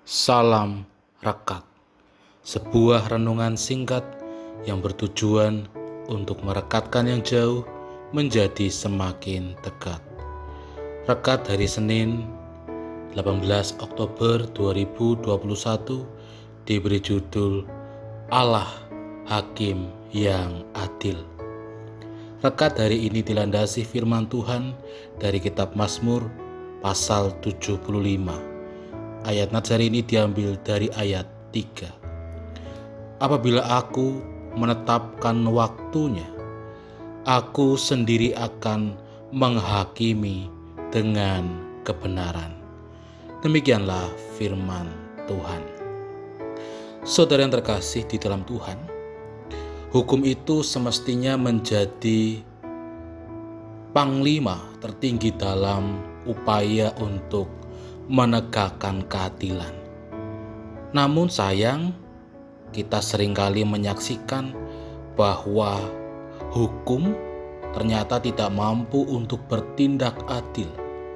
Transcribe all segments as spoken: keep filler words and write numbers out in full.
Salam Rekat, sebuah renungan singkat yang bertujuan untuk merekatkan yang jauh menjadi semakin dekat. Rekat hari Senin delapan belas Oktober dua ribu dua puluh satu diberi judul Allah Hakim yang Adil. Rekat hari ini dilandasi firman Tuhan dari kitab Mazmur pasal tujuh puluh lima. Ayat nats hari ini diambil dari ayat tiga. Apabila aku menetapkan waktunya, aku sendiri akan menghakimi dengan kebenaran. Demikianlah firman Tuhan. Saudara yang terkasih di dalam Tuhan, hukum itu semestinya menjadi panglima tertinggi dalam upaya untuk menegakkan keadilan. Namun sayang, kita seringkali menyaksikan bahwa hukum ternyata tidak mampu untuk bertindak adil.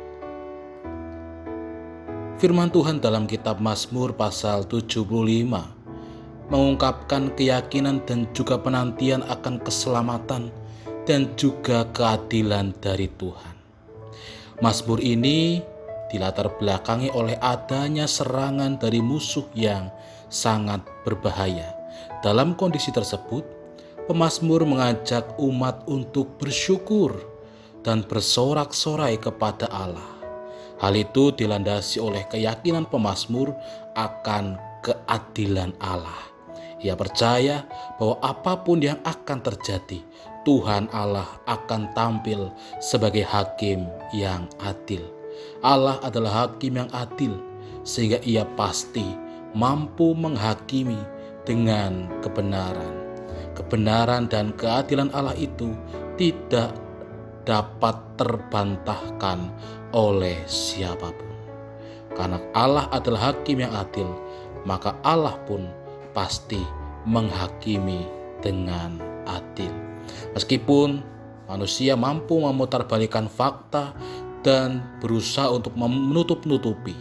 Firman Tuhan dalam kitab Mazmur pasal tujuh puluh lima mengungkapkan keyakinan dan juga penantian akan keselamatan dan juga keadilan dari Tuhan. Mazmur ini dilatar belakangi oleh adanya serangan dari musuh yang sangat berbahaya. Dalam kondisi tersebut, pemazmur mengajak umat untuk bersyukur dan bersorak-sorai kepada Allah. Hal itu dilandasi oleh keyakinan pemazmur akan keadilan Allah. Ia percaya bahwa apapun yang akan terjadi, Tuhan Allah akan tampil sebagai hakim yang adil. Allah adalah hakim yang adil, sehingga ia pasti mampu menghakimi dengan kebenaran. Kebenaran dan keadilan Allah itu tidak dapat terbantahkan oleh siapapun. Karena Allah adalah hakim yang adil, maka Allah pun pasti menghakimi dengan adil. Meskipun manusia mampu memutarbalikkan fakta dan berusaha untuk menutup-nutupi,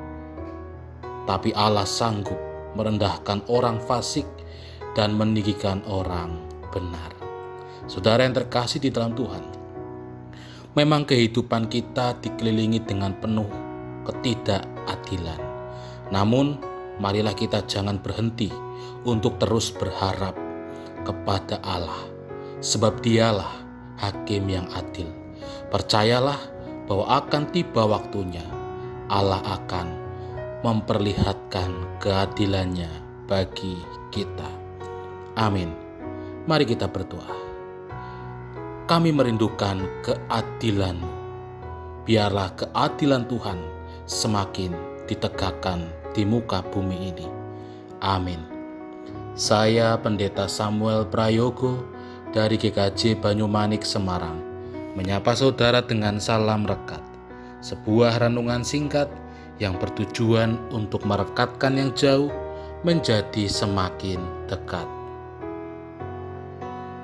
tapi Allah sanggup merendahkan orang fasik dan meninggikan orang benar. Saudara yang terkasih di dalam Tuhan, memang kehidupan kita dikelilingi dengan penuh ketidakadilan. Namun, marilah kita jangan berhenti untuk terus berharap kepada Allah, sebab Dialah hakim yang adil. Percayalah bahwa akan tiba waktunya Allah akan memperlihatkan keadilannya bagi kita. Amin. Mari kita berdoa. Kami merindukan keadilan-Mu. Biarlah keadilan Tuhan semakin ditegakkan di muka bumi ini. Amin. Saya Pendeta Samuel Prayogo dari G K J Banyumanik, Semarang, menyapa saudara dengan salam rekat, sebuah renungan singkat yang bertujuan untuk merekatkan yang jauh menjadi semakin dekat.